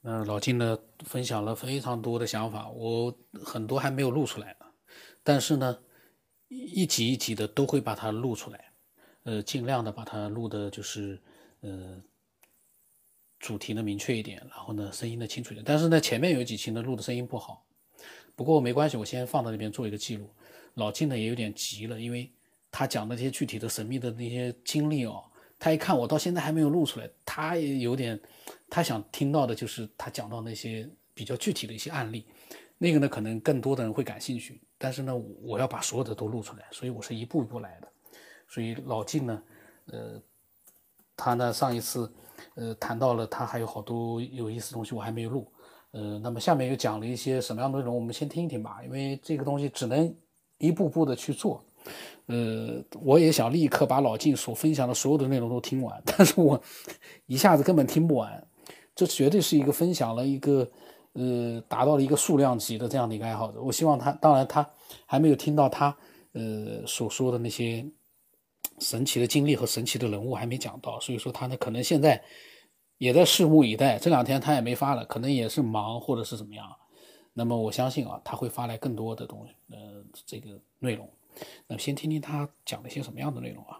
老金呢分享了非常多的想法，我很多还没有录出来呢，但是呢，一集一集的都会把它录出来，尽量的把它录的就是呃主题呢明确一点，然后呢声音呢清楚一点。但是呢前面有几期呢录的声音不好，不过没关系，我先放到那边做一个记录。老金呢也有点急了，因为他讲的这些具体的神秘的那些经历哦，他一看我到现在还没有录出来，他也有点，他想听到的就是他讲到那些比较具体的一些案例，那个呢可能更多的人会感兴趣，但是呢我要把所有的都录出来，所以我是一步一步来的。所以老金呢，他呢上一次谈到了他还有好多有意思的东西我还没有录，那么下面又讲了一些什么样的内容，我们先听一听吧，因为这个东西只能一步步的去做。我也想立刻把老晋所分享的所有的内容都听完，但是我一下子根本听不完。这绝对是一个分享了一个达到了一个数量级的这样的一个爱好者。我希望他，当然他还没有听到他所说的那些神奇的经历和神奇的人物还没讲到，所以说他呢可能现在也在拭目以待。这两天他也没发了，可能也是忙或者是怎么样。那么我相信啊，他会发来更多的东西，这个内容。那先听听他讲了些什么样的内容啊？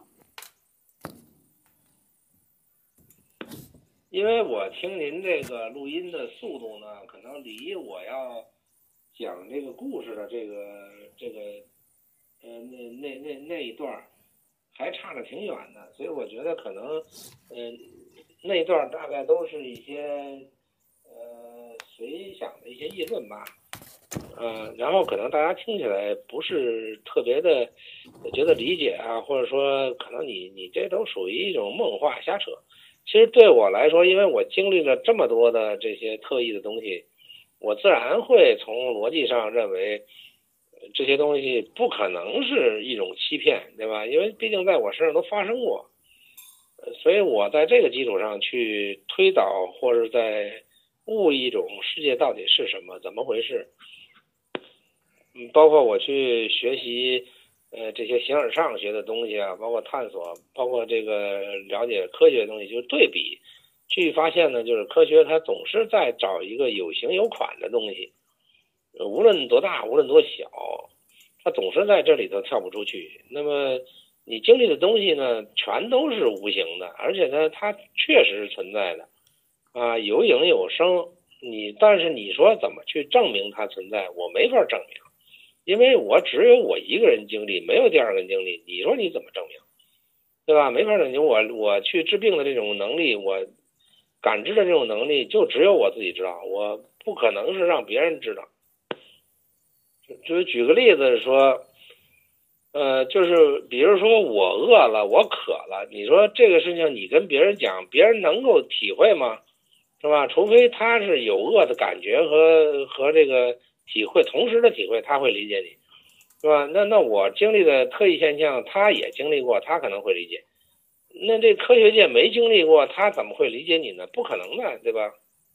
因为我听您这个录音的速度呢，可能离我要讲这个故事的那一段还差着挺远的，所以我觉得可能那一段大概都是一些随想的一些议论吧。然后可能大家听起来不是特别的觉得理解啊，或者说可能你这都属于一种梦话瞎扯。其实对我来说，因为我经历了这么多的这些特异的东西，我自然会从逻辑上认为这些东西不可能是一种欺骗，对吧？因为毕竟在我身上都发生过，所以我在这个基础上去推导或者在悟一种世界到底是什么，怎么回事。包括我去学习这些形而上学的东西啊，包括探索，包括这个了解科学的东西，就是对比去发现呢，就是科学它总是在找一个有形有款的东西，无论多大，无论多小，它总是在这里头跳不出去。那么你经历的东西呢，全都是无形的，而且呢，它确实是存在的啊，有影有声。但是你说怎么去证明它存在，我没法证明。因为我只有我一个人经历，没有第二个人经历，你说你怎么证明，对吧？没法证明。我去治病的这种能力，我感知的这种能力，就只有我自己知道，我不可能是让别人知道。就是举个例子说，就是比如说我饿了，我渴了，你说这个事情你跟别人讲，别人能够体会吗？是吧？除非他是有饿的感觉和这个体会同时的体会，他会理解你，是吧？那我经历的特异现象，他也经历过，他可能会理解。那这科学界没经历过，他怎么会理解你呢？不可能的，对吧？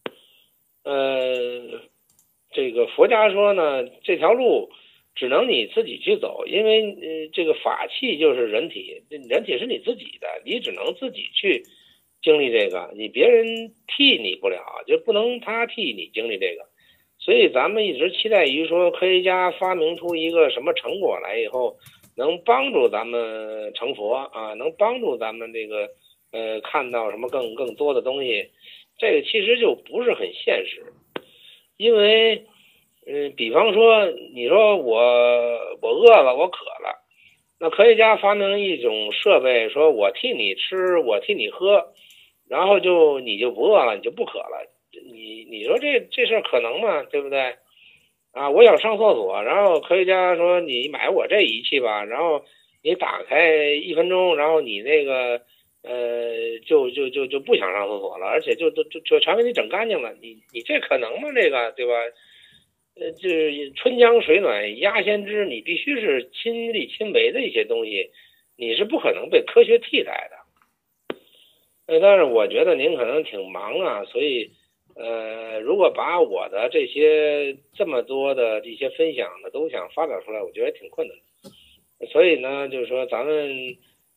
这个佛家说呢，这条路只能你自己去走，因为这个法器就是人体，人体是你自己的，你只能自己去经历这个，你别人替你不了，就不能他替你经历这个。所以咱们一直期待于说科学家发明出一个什么成果来以后，能帮助咱们成佛啊，能帮助咱们这个看到什么更多的东西，这个其实就不是很现实。因为比方说你说我饿了，我渴了，那科学家发明一种设备，说我替你吃，我替你喝，然后你就不饿了，你就不渴了。你说这事儿可能吗？对不对？啊，我想上厕所，然后科学家说你买我这仪器吧，然后你打开1分钟，然后你那个就不想上厕所了，而且就全给你整干净了。你这可能吗？这个对吧？这春江水暖鸭先知，你必须是亲力亲为的一些东西，你是不可能被科学替代的。但是我觉得您可能挺忙啊，所以如果把我的这么多的这些分享呢，都想发表出来，我觉得挺困难的。所以呢，就是说咱们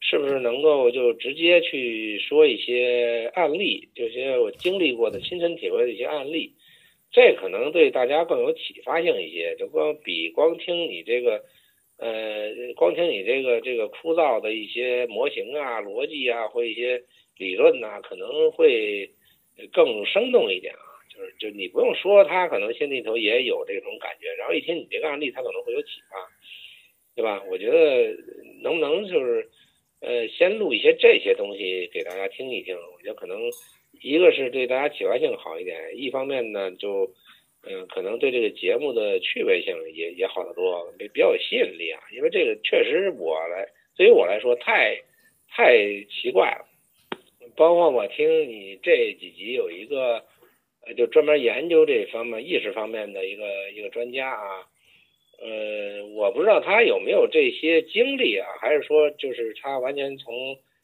是不是能够就直接去说一些案例，这些我经历过的、亲身体会的一些案例，这可能对大家更有启发性一些。就光听你这个，光听你这个枯燥的一些模型啊、逻辑啊或一些理论呐，可能会更生动一点啊。就你不用说，他可能心里头也有这种感觉，然后一听你这个案例，他可能会有启发，对吧？我觉得能不能就是先录一些这些东西给大家听一听，我觉得可能一个是对大家启发性好一点，一方面呢就可能对这个节目的趣味性也好得多，比较有吸引力啊。因为这个确实对于我来说太奇怪了。包括我听你这几集有一个就专门研究这方面意识方面的一个专家啊，我不知道他有没有这些经历啊，还是说就是他完全从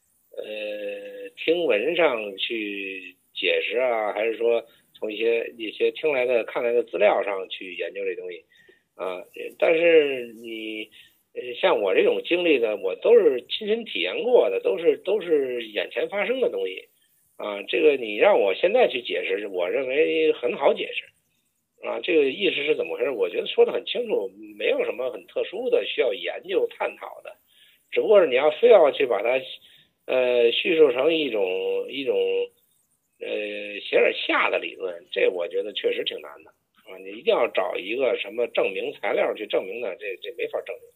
听闻上去解释啊，还是说从一些看来的资料上去研究这东西啊？但是你像我这种经历的，我都是亲身体验过的，都是眼前发生的东西啊。这个你让我现在去解释，我认为很好解释。啊，这个意识是怎么回事？我觉得说得很清楚，没有什么很特殊的需要研究探讨的，只不过是你要非要去把它叙述成一种形而下的理论，这我觉得确实挺难的啊！你一定要找一个什么证明材料去证明的，这没法证明。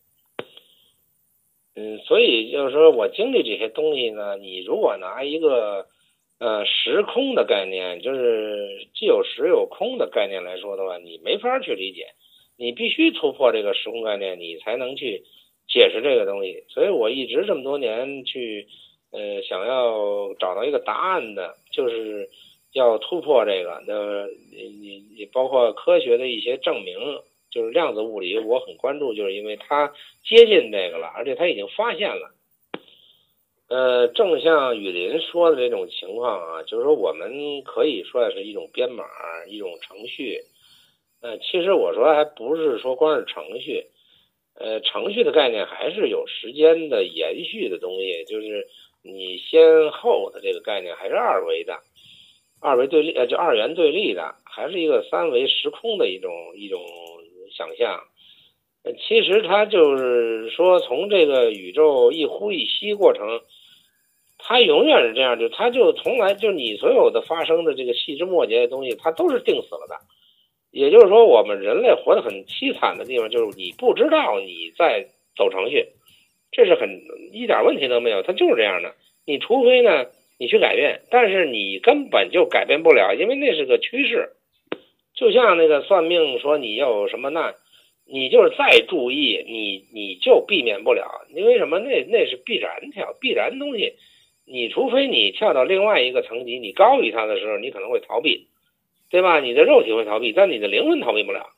所以就是说我经历这些东西呢，你如果拿一个时空的概念，就是既有实有空的概念来说的话，你没法去理解，你必须突破这个时空概念，你才能去解释这个东西。所以我一直这么多年去想要找到一个答案的，就是要突破这个。你包括科学的一些证明，就是量子物理，我很关注，就是因为它接近这个了，而且它已经发现了。正像雨林说的这种情况啊，就是说我们可以说是一种编码，一种程序。其实我说还不是说光是程序，程序的概念还是有时间的延续的东西，就是你先后的这个概念还是二维的，就二元对立的，还是一个三维时空的一种想象。其实它就是说，从这个宇宙一呼一吸过程，它永远是这样，它就从来就你所有的发生的这个细枝末节的东西，它都是定死了的。也就是说，我们人类活得很凄惨的地方，就是你不知道你在走程序，这是一点问题都没有，它就是这样的。你除非呢，你去改变，但是你根本就改变不了，因为那是个趋势。就像那个算命说你有什么难，你就是再注意，你就避免不了，因为什么？那是必然的东西。你除非你跳到另外一个层级，你高于它的时候，你可能会逃避，对吧？你的肉体会逃避，但你的灵魂逃避不了。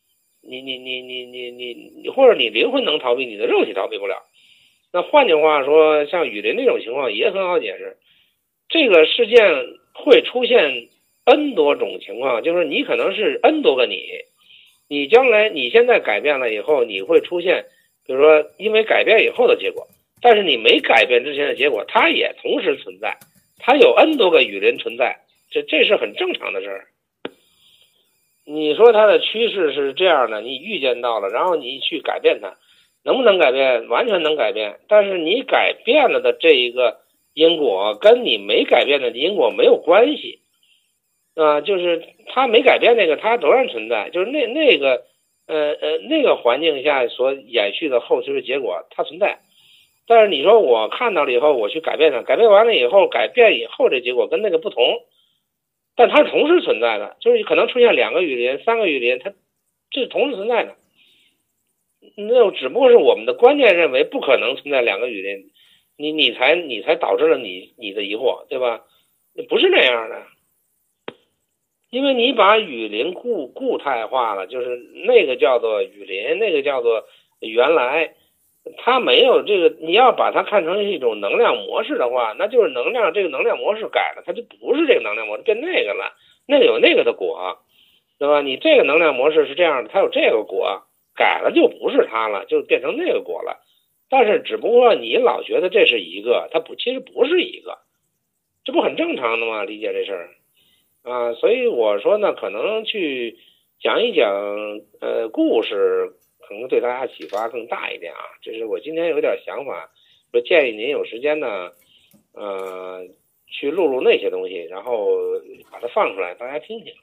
你或者你灵魂能逃避，你的肉体逃避不了。那换句话说，像雨林这种情况也很好解释。这个事件会出现 N 多种情况，就是你可能是 N 多个你将来你现在改变了以后，你会出现，比如说因为改变以后的结果，但是你没改变之前的结果，它也同时存在，它有 N 多个雨林存在，这是很正常的事儿。你说它的趋势是这样的，你预见到了，然后你去改变它，能不能改变？完全能改变，但是你改变了的这一个因果跟你没改变的因果没有关系。就是它没改变那个，它仍然存在，就是那个环境下所延续的后续的结果，它存在。但是你说我看到了以后，我去改变它，改变完了以后，改变以后这结果跟那个不同，但它是同时存在的，就是可能出现2个雨林、3个雨林，它这是同时存在的。那只不过是我们的观念认为不可能存在2个雨林，你才导致了你的疑惑，对吧？不是那样的。因为你把雨林固态化了，就是那个叫做雨林，那个叫做原来，它没有这个，你要把它看成一种能量模式的话，那就是这个能量模式改了，它就不是这个能量模式，变那个了，那个有那个的果，对吧？你这个能量模式是这样的，它有这个果，改了就不是它了，就变成那个果了。 但是只不过你老觉得这是一个，它不，其实不是一个，这不很正常的吗？理解这事儿啊，所以我说呢，可能去讲一讲故事，可能对大家启发更大一点啊。这是我今天有点想法，说建议您有时间呢，去录那些东西，然后把它放出来，大家听听。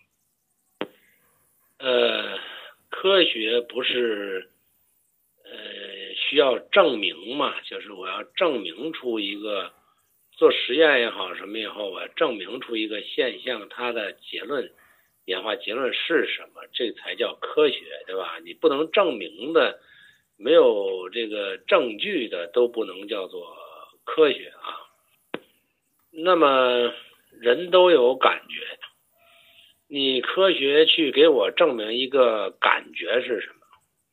科学不是需要证明嘛，就是我要证明出一个，做实验也好什么也好，我要证明出一个现象，它的结论，演化结论是什么，这才叫科学，对吧？你不能证明的，没有这个证据的都不能叫做科学啊。那么人都有感觉，你科学去给我证明一个感觉是什么？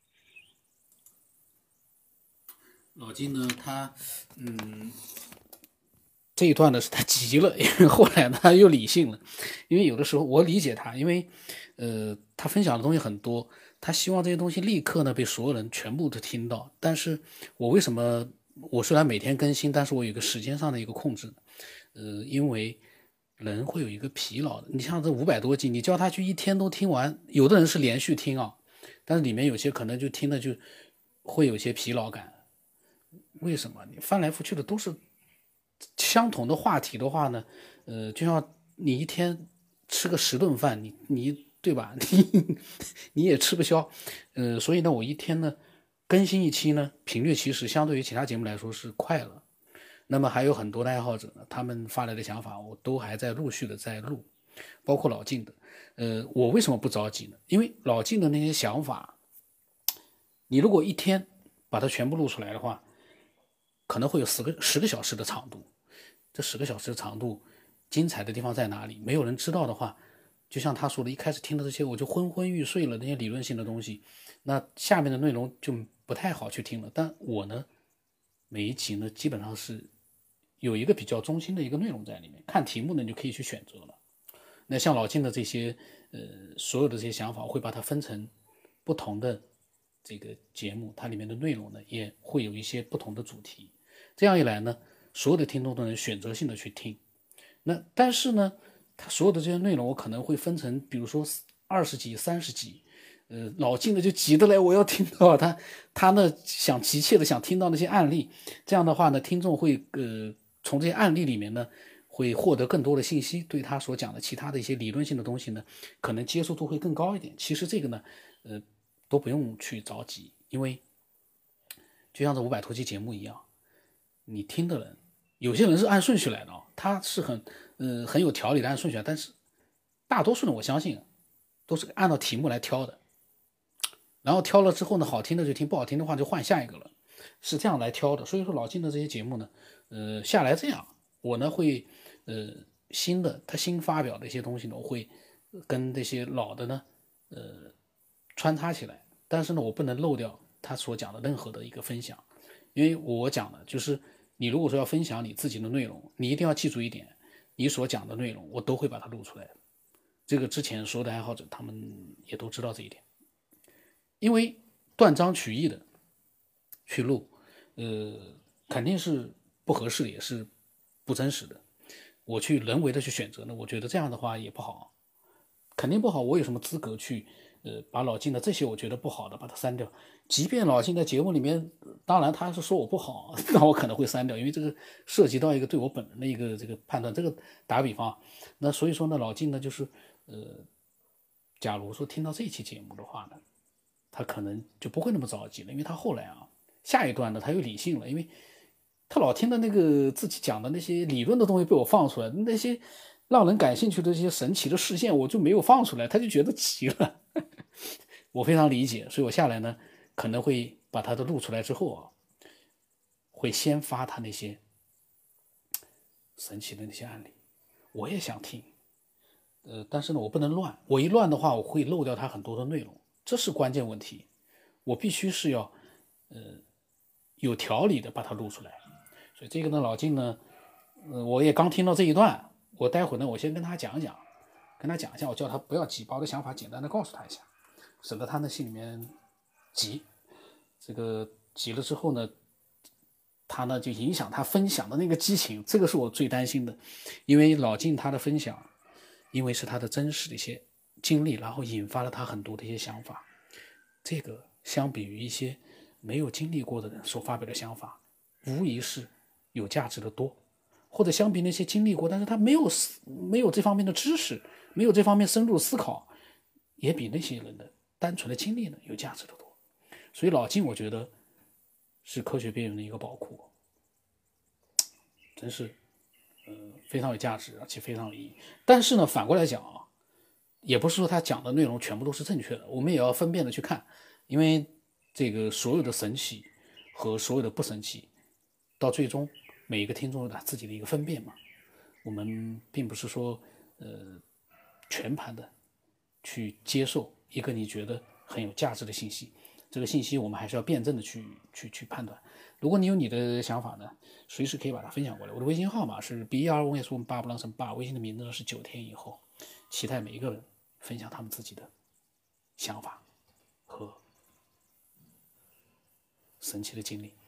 老金呢，他这一段呢是他急了，因为后来呢他又理性了，因为有的时候我理解他，因为他分享的东西很多，他希望这些东西立刻呢被所有人全部都听到。但是我为什么我虽然每天更新，但是我有一个时间上的一个控制，因为人会有一个疲劳的。你像这500多集，你叫他去一天都听完，有的人是连续听啊，但是里面有些可能就听的就会有些疲劳感。为什么？你翻来覆去的都是相同的话题的话呢，就像你一天吃个10顿饭，你对吧？你也吃不消，所以呢，我一天呢更新一期呢，频率其实相对于其他节目来说是快了。那么还有很多的爱好者呢，他们发来的想法，我都还在陆续的在录，包括老晋的。我为什么不着急呢？因为老晋的那些想法，你如果一天把它全部录出来的话，可能会有10个小时的长度。这10个小时的长度，精彩的地方在哪里？没有人知道的话，就像他说的，一开始听的这些我就昏昏欲睡了，那些理论性的东西，那下面的内容就不太好去听了。但我呢，每一集呢基本上是有一个比较中心的一个内容在里面，看题目呢你就可以去选择了。那像老金的这些所有的这些想法，我会把它分成不同的这个节目，它里面的内容呢也会有一些不同的主题。这样一来呢，所有的听众都能选择性的去听。那但是呢，它所有的这些内容我可能会分成，比如说20集、30集。老晋的就急得来，我要听到他呢想急切的想听到那些案例，这样的话呢，听众会从这些案例里面呢会获得更多的信息，对他所讲的其他的一些理论性的东西呢，可能接受度会更高一点。其实这个呢，都不用去着急，因为就像这500多期节目一样，你听的人，有些人是按顺序来的啊，他是很有条理的按顺序来，但是大多数人我相信都是按照题目来挑的，然后挑了之后呢，好听的就听，不好听的话就换下一个了，是这样来挑的。所以说老金的这些节目呢，下来这样，我呢会他新发表的一些东西呢，我会跟这些老的呢穿插起来，但是呢我不能漏掉他所讲的任何的一个分享，因为我讲的就是你如果说要分享你自己的内容，你一定要记住一点，你所讲的内容我都会把它录出来的。这个之前所有的爱好者他们也都知道这一点，因为断章取义的去录，肯定是不合适的，也是不真实的。我去人为的去选择呢，我觉得这样的话也不好，肯定不好。我有什么资格去把老金的这些我觉得不好的把它删掉？即便老金在节目里面，当然他是说我不好，那我可能会删掉，因为这个涉及到一个对我本人的一个这个判断。这个打个比方，那所以说呢，老金呢就是假如说听到这期节目的话呢，他可能就不会那么着急了，因为他后来下一段呢他又理性了，因为他老听的那个自己讲的那些理论的东西被我放出来，那些让人感兴趣的这些神奇的视线我就没有放出来，他就觉得急了。我非常理解，所以我下来呢可能会把他的录出来之后会先发他那些神奇的那些案例，我也想听，但是呢我不能乱，我一乱的话我会漏掉他很多的内容，这是关键问题，我必须是要有条理的把它录出来。所以这个呢，老金呢，我也刚听到这一段，我待会呢，我先跟他讲一讲，我叫他不要急，把我的想法简单的告诉他一下，省得他呢心里面急，这个急了之后呢， 他呢就影响他分享的那个激情，这个是我最担心的。因为老晋他的分享，因为是他的真实的一些经历，然后引发了他很多的一些想法，这个相比于一些没有经历过的人所发表的想法，无疑是有价值的多。或者相比那些经历过但是他没有这方面的知识，没有这方面深入思考，也比那些人的单纯的经历呢有价值的多。所以老晋我觉得是科学边缘的一个宝库，真是非常有价值，而且非常有意义。但是呢，反过来讲啊，也不是说他讲的内容全部都是正确的，我们也要分辨的去看，因为这个所有的神奇和所有的不神奇，到最终每一个听众有他自己的一个分辨嘛。我们并不是说全盘的去接受一个你觉得很有价值的信息，这个信息我们还是要辩证的去判断。如果你有你的想法呢，随时可以把它分享过来。我的微信号码是 BR5S8 微信的名字呢是9天以后，期待每一个人分享他们自己的想法和神奇的经历。